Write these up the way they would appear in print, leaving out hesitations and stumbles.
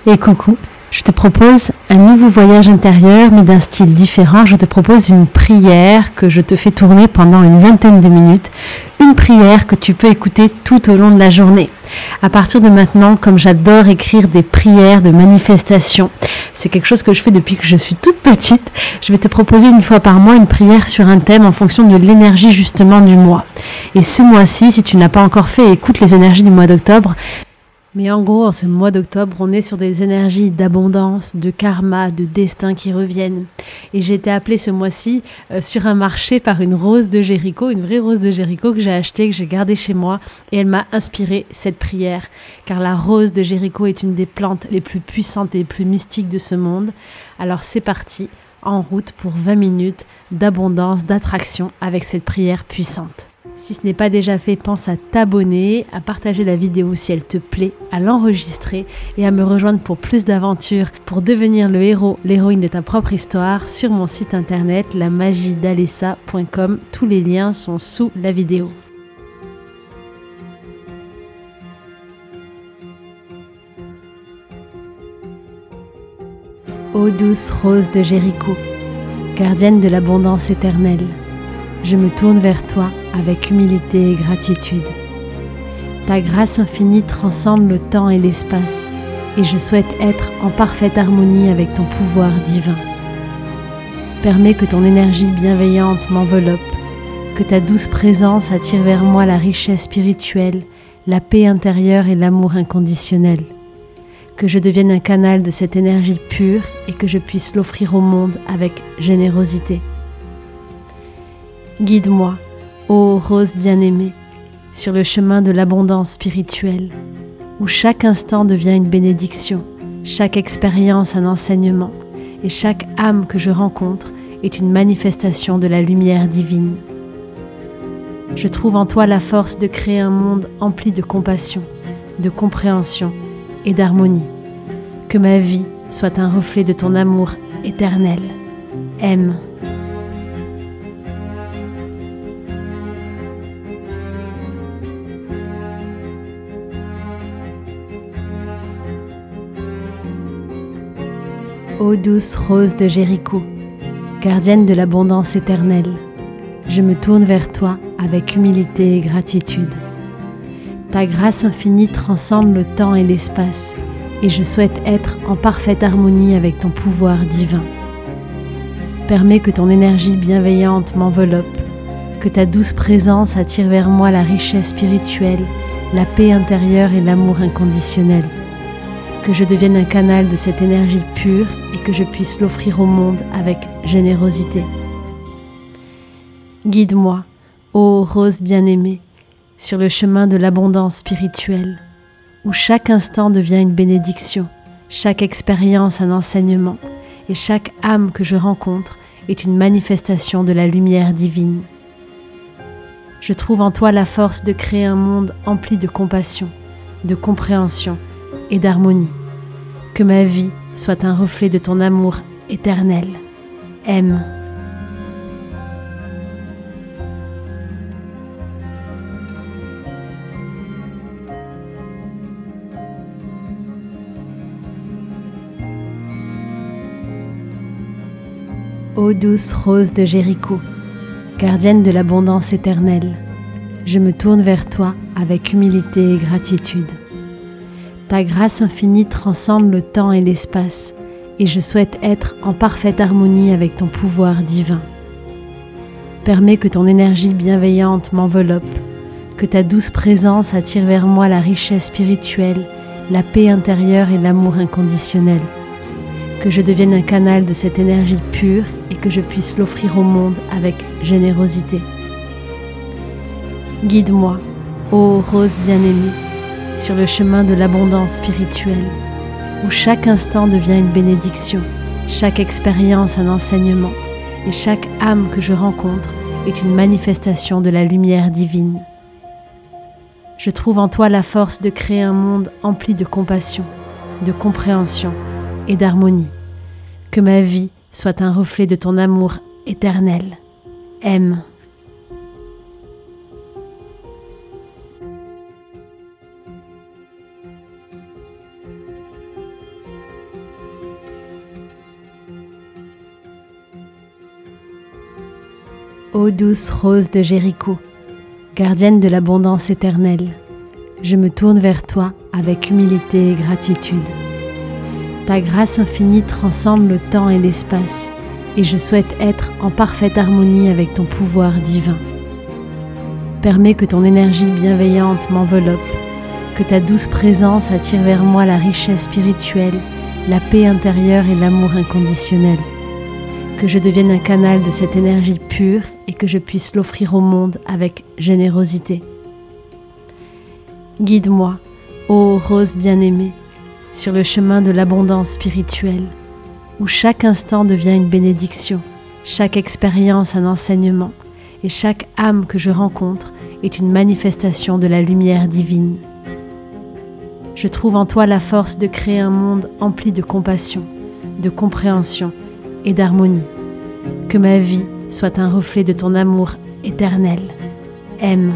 Et coucou, je te propose un nouveau voyage intérieur mais d'un style différent. Je te propose une prière que je te fais tourner pendant une vingtaine de minutes. Une prière que tu peux écouter tout au long de la journée. À partir de maintenant, comme j'adore écrire des prières de manifestation, c'est quelque chose que je fais depuis que je suis toute petite. Je vais te proposer une fois par mois une prière sur un thème en fonction de l'énergie justement du mois. Et ce mois-ci, si tu n'as pas encore fait, écoute les énergies du mois d'octobre. Mais en gros, en ce mois d'octobre, on est sur des énergies d'abondance, de karma, de destin qui reviennent. Et j'ai été appelée ce mois-ci sur un marché par une rose de Jéricho, une vraie rose de Jéricho que j'ai achetée, que j'ai gardée chez moi. Et elle m'a inspiré cette prière. Car la rose de Jéricho est une des plantes les plus puissantes et les plus mystiques de ce monde. Alors c'est parti, en route pour 20 minutes d'abondance, d'attraction avec cette prière puissante. Si ce n'est pas déjà fait, pense à t'abonner, à partager la vidéo si elle te plaît, à l'enregistrer et à me rejoindre pour plus d'aventures, pour devenir le héros, l'héroïne de ta propre histoire sur mon site internet lamagiedalessa.com. Tous les liens sont sous la vidéo. Ô douce rose de Jéricho, gardienne de l'abondance éternelle, je me tourne vers toi avec humilité et gratitude. Ta grâce infinie transcende le temps et l'espace et je souhaite être en parfaite harmonie avec ton pouvoir divin. Permets que ton énergie bienveillante m'enveloppe, que ta douce présence attire vers moi la richesse spirituelle, la paix intérieure et l'amour inconditionnel. Que je devienne un canal de cette énergie pure et que je puisse l'offrir au monde avec générosité. Guide-moi, ô rose bien-aimée, sur le chemin de l'abondance spirituelle, où chaque instant devient une bénédiction, chaque expérience un enseignement, et chaque âme que je rencontre est une manifestation de la lumière divine. Je trouve en toi la force de créer un monde empli de compassion, de compréhension et d'harmonie. Que ma vie soit un reflet de ton amour éternel. Aime. Ô douce rose de Jéricho, gardienne de l'abondance éternelle, je me tourne vers toi avec humilité et gratitude. Ta grâce infinie transcende le temps et l'espace et je souhaite être en parfaite harmonie avec ton pouvoir divin. Permets que ton énergie bienveillante m'enveloppe, que ta douce présence attire vers moi la richesse spirituelle, la paix intérieure et l'amour inconditionnel. Que je devienne un canal de cette énergie pure et que je puisse l'offrir au monde avec générosité. Guide-moi, ô rose bien-aimée, sur le chemin de l'abondance spirituelle, où chaque instant devient une bénédiction, chaque expérience un enseignement, et chaque âme que je rencontre est une manifestation de la lumière divine. Je trouve en toi la force de créer un monde empli de compassion, de compréhension et d'harmonie. Que ma vie soit un reflet de ton amour éternel. Aime. Ô douce rose de Jéricho, gardienne de l'abondance éternelle, je me tourne vers toi avec humilité et gratitude. Ta grâce infinie transcende le temps et l'espace et je souhaite être en parfaite harmonie avec ton pouvoir divin. Permets que ton énergie bienveillante m'enveloppe, que ta douce présence attire vers moi la richesse spirituelle, la paix intérieure et l'amour inconditionnel. Que je devienne un canal de cette énergie pure et que je puisse l'offrir au monde avec générosité. Guide-moi, ô rose bien-aimée, sur le chemin de l'abondance spirituelle, où chaque instant devient une bénédiction, chaque expérience un enseignement, et chaque âme que je rencontre est une manifestation de la lumière divine. Je trouve en toi la force de créer un monde empli de compassion, de compréhension et d'harmonie. Que ma vie soit un reflet de ton amour éternel. Aime. Ô douce rose de Jéricho, gardienne de l'abondance éternelle, je me tourne vers toi avec humilité et gratitude. Ta grâce infinie transcende le temps et l'espace, et je souhaite être en parfaite harmonie avec ton pouvoir divin. Permets que ton énergie bienveillante m'enveloppe, que ta douce présence attire vers moi la richesse spirituelle, la paix intérieure et l'amour inconditionnel. Que je devienne un canal de cette énergie pure et que je puisse l'offrir au monde avec générosité. Guide-moi, ô rose bien-aimée, sur le chemin de l'abondance spirituelle, où chaque instant devient une bénédiction, chaque expérience un enseignement, et chaque âme que je rencontre est une manifestation de la lumière divine. Je trouve en toi la force de créer un monde empli de compassion, de compréhension et d'harmonie. Que ma vie soit un reflet de ton amour éternel. Aime.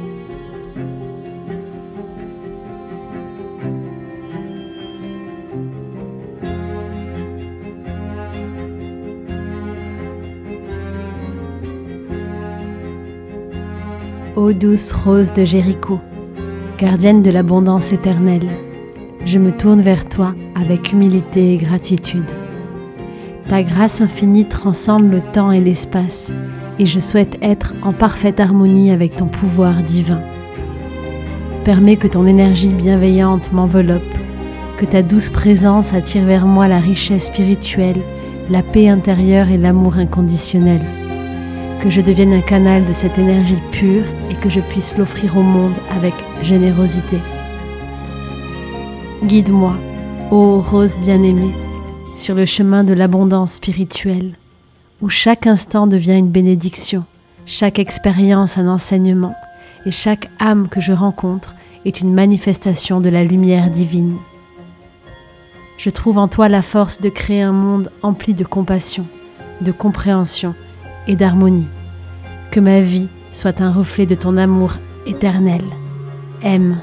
Ô douce rose de Jéricho, gardienne de l'abondance éternelle, je me tourne vers toi avec humilité et gratitude. Ta grâce infinie transcende le temps et l'espace, et je souhaite être en parfaite harmonie avec ton pouvoir divin. Permets que ton énergie bienveillante m'enveloppe, que ta douce présence attire vers moi la richesse spirituelle, la paix intérieure et l'amour inconditionnel. Que je devienne un canal de cette énergie pure et que je puisse l'offrir au monde avec générosité. Guide-moi, ô rose bien-aimée, sur le chemin de l'abondance spirituelle, où chaque instant devient une bénédiction, chaque expérience un enseignement, et chaque âme que je rencontre est une manifestation de la lumière divine. Je trouve en toi la force de créer un monde empli de compassion, de compréhension et d'harmonie. Que ma vie soit un reflet de ton amour éternel. Aime.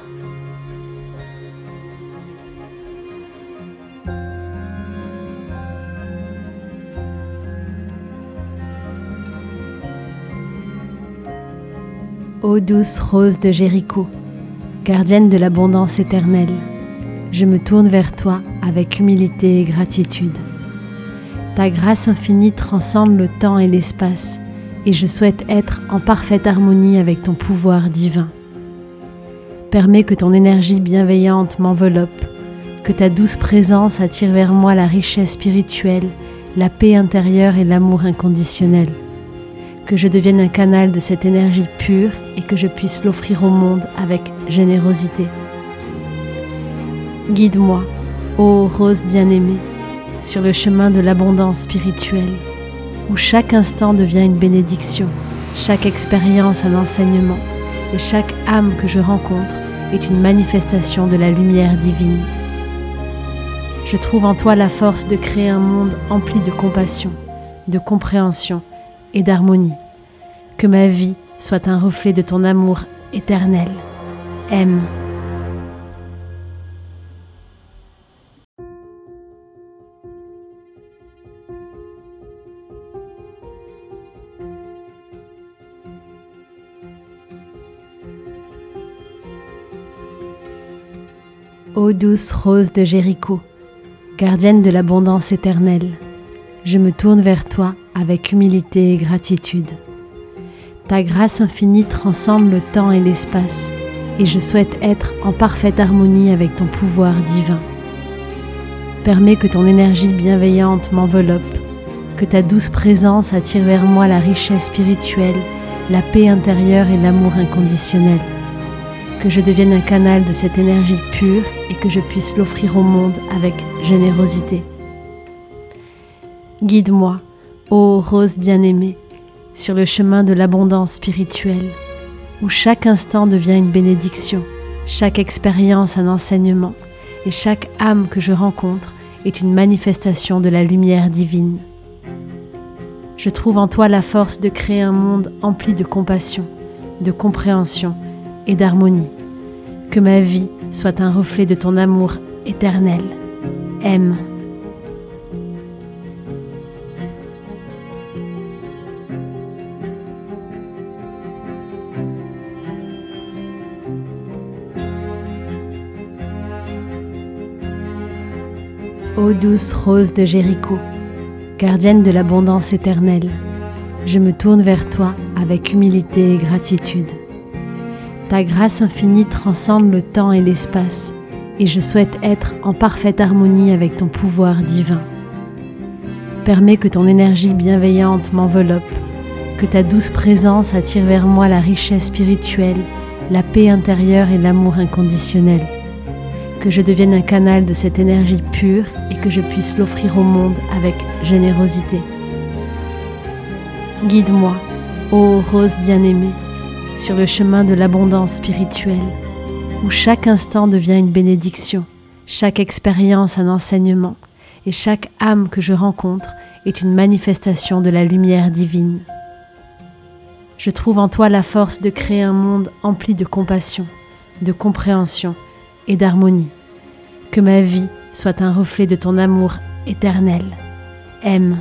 Ô douce rose de Jéricho, gardienne de l'abondance éternelle, je me tourne vers toi avec humilité et gratitude. Ta grâce infinie transcende le temps et l'espace, et je souhaite être en parfaite harmonie avec ton pouvoir divin. Permets que ton énergie bienveillante m'enveloppe, que ta douce présence attire vers moi la richesse spirituelle, la paix intérieure et l'amour inconditionnel. Que je devienne un canal de cette énergie pure et que je puisse l'offrir au monde avec générosité. Guide-moi, ô rose bien-aimée, sur le chemin de l'abondance spirituelle, où chaque instant devient une bénédiction, chaque expérience un enseignement, et chaque âme que je rencontre est une manifestation de la lumière divine. Je trouve en toi la force de créer un monde empli de compassion, de compréhension et d'harmonie. Que ma vie soit un reflet de ton amour éternel. Aime. Ô douce rose de Jéricho, gardienne de l'abondance éternelle, je me tourne vers toi avec humilité et gratitude. Ta grâce infinie transcende le temps et l'espace, et je souhaite être en parfaite harmonie avec ton pouvoir divin. Permets que ton énergie bienveillante m'enveloppe, que ta douce présence attire vers moi la richesse spirituelle, la paix intérieure et l'amour inconditionnel. Que je devienne un canal de cette énergie pure et que je puisse l'offrir au monde avec générosité. Guide-moi, ô rose bien-aimée, sur le chemin de l'abondance spirituelle, où chaque instant devient une bénédiction, chaque expérience un enseignement, et chaque âme que je rencontre est une manifestation de la lumière divine. Je trouve en toi la force de créer un monde empli de compassion, de compréhension et d'harmonie. Que ma vie soit un reflet de ton amour éternel. Aime. Ô douce rose de Jéricho, gardienne de l'abondance éternelle, je me tourne vers toi avec humilité et gratitude. Ta grâce infinie transcende le temps et l'espace, et je souhaite être en parfaite harmonie avec ton pouvoir divin. Permets que ton énergie bienveillante m'enveloppe, que ta douce présence attire vers moi la richesse spirituelle, la paix intérieure et l'amour inconditionnel. Que je devienne un canal de cette énergie pure et que je puisse l'offrir au monde avec générosité. Guide-moi, ô rose bien-aimée, sur le chemin de l'abondance spirituelle, où chaque instant devient une bénédiction, chaque expérience un enseignement, et chaque âme que je rencontre est une manifestation de la lumière divine. Je trouve en toi la force de créer un monde empli de compassion, de compréhension et d'harmonie. Que ma vie soit un reflet de ton amour éternel. Aime.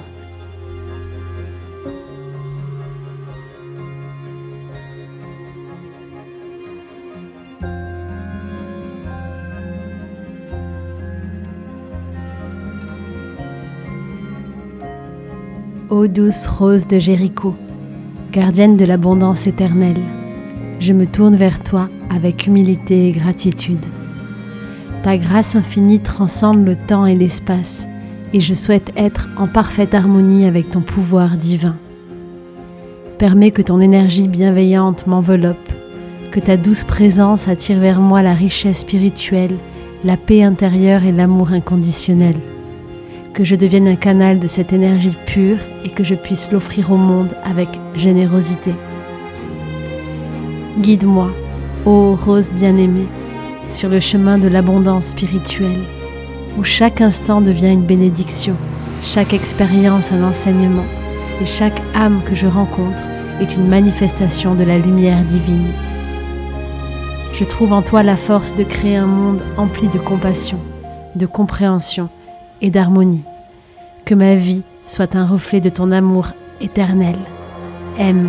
Ô douce rose de Jéricho, gardienne de l'abondance éternelle, je me tourne vers toi avec humilité et gratitude. Ta grâce infinie transcende le temps et l'espace, et je souhaite être en parfaite harmonie avec ton pouvoir divin. Permets que ton énergie bienveillante m'enveloppe, que ta douce présence attire vers moi la richesse spirituelle, la paix intérieure et l'amour inconditionnel. Que je devienne un canal de cette énergie pure et que je puisse l'offrir au monde avec générosité. Guide-moi, ô rose bien-aimée, sur le chemin de l'abondance spirituelle, où chaque instant devient une bénédiction, chaque expérience un enseignement, et chaque âme que je rencontre est une manifestation de la lumière divine. Je trouve en toi la force de créer un monde empli de compassion, de compréhension et d'harmonie. Que ma vie soit un reflet de ton amour éternel. Aime.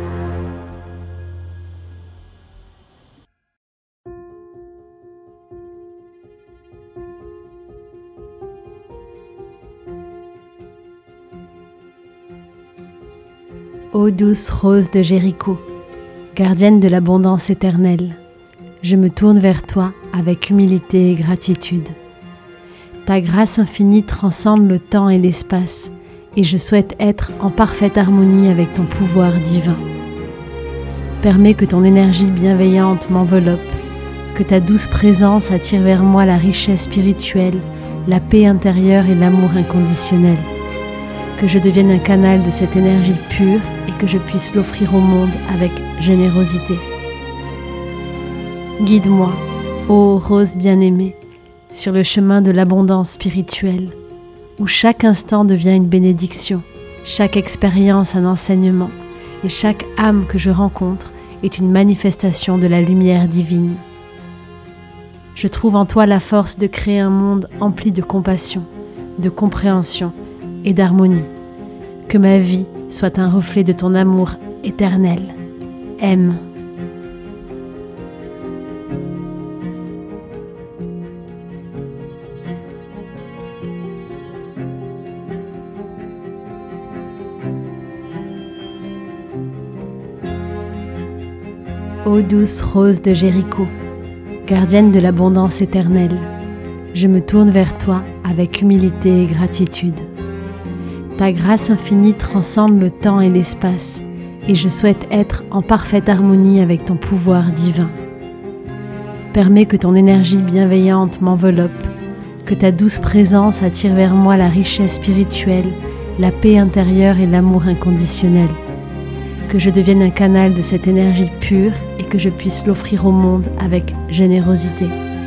Ô douce rose de Jéricho, gardienne de l'abondance éternelle, je me tourne vers toi avec humilité et gratitude. Ta grâce infinie transcende le temps et l'espace, et je souhaite être en parfaite harmonie avec ton pouvoir divin. Permets que ton énergie bienveillante m'enveloppe, que ta douce présence attire vers moi la richesse spirituelle, la paix intérieure et l'amour inconditionnel. Que je devienne un canal de cette énergie pure et que je puisse l'offrir au monde avec générosité. Guide-moi, ô rose bien-aimée, sur le chemin de l'abondance spirituelle, où chaque instant devient une bénédiction, chaque expérience un enseignement, et chaque âme que je rencontre est une manifestation de la lumière divine. Je trouve en toi la force de créer un monde empli de compassion, de compréhension et d'harmonie. Que ma vie soit un reflet de ton amour éternel. Aime. Ô douce rose de Jéricho, gardienne de l'abondance éternelle, je me tourne vers toi avec humilité et gratitude. Ta grâce infinie transcende le temps et l'espace, et je souhaite être en parfaite harmonie avec ton pouvoir divin. Permets que ton énergie bienveillante m'enveloppe, que ta douce présence attire vers moi la richesse spirituelle, la paix intérieure et l'amour inconditionnel. Que je devienne un canal de cette énergie pure et que je puisse l'offrir au monde avec générosité.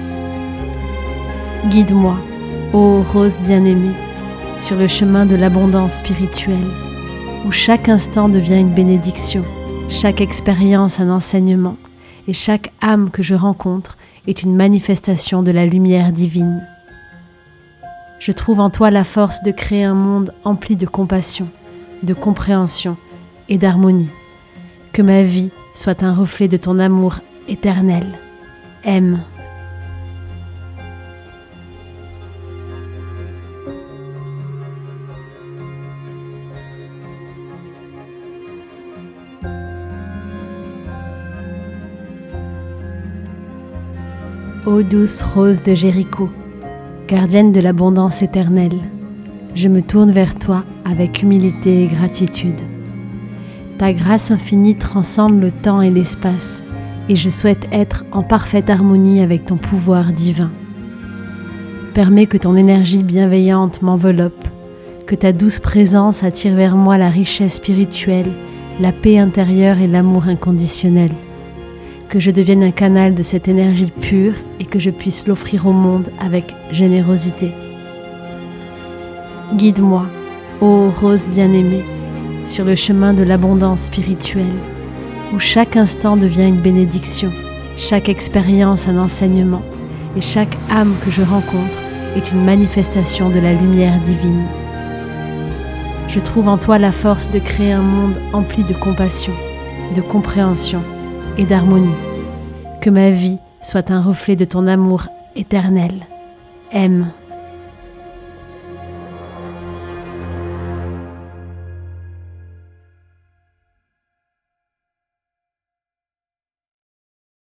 Guide-moi, ô rose bien-aimée, sur le chemin de l'abondance spirituelle, où chaque instant devient une bénédiction, chaque expérience un enseignement, et chaque âme que je rencontre est une manifestation de la lumière divine. Je trouve en toi la force de créer un monde empli de compassion, de compréhension et d'harmonie. Que ma vie soit un reflet de ton amour éternel. Aime. Ô douce rose de Jéricho, gardienne de l'abondance éternelle, je me tourne vers toi avec humilité et gratitude. Ta grâce infinie transcende le temps et l'espace, et je souhaite être en parfaite harmonie avec ton pouvoir divin. Permets que ton énergie bienveillante m'enveloppe, que ta douce présence attire vers moi la richesse spirituelle, la paix intérieure et l'amour inconditionnel. Que je devienne un canal de cette énergie pure et que je puisse l'offrir au monde avec générosité. Guide-moi, ô rose bien-aimée, sur le chemin de l'abondance spirituelle, où chaque instant devient une bénédiction, chaque expérience un enseignement, et chaque âme que je rencontre est une manifestation de la lumière divine. Je trouve en toi la force de créer un monde empli de compassion, de compréhension et d'harmonie. Que ma vie soit un reflet de ton amour éternel. Aime.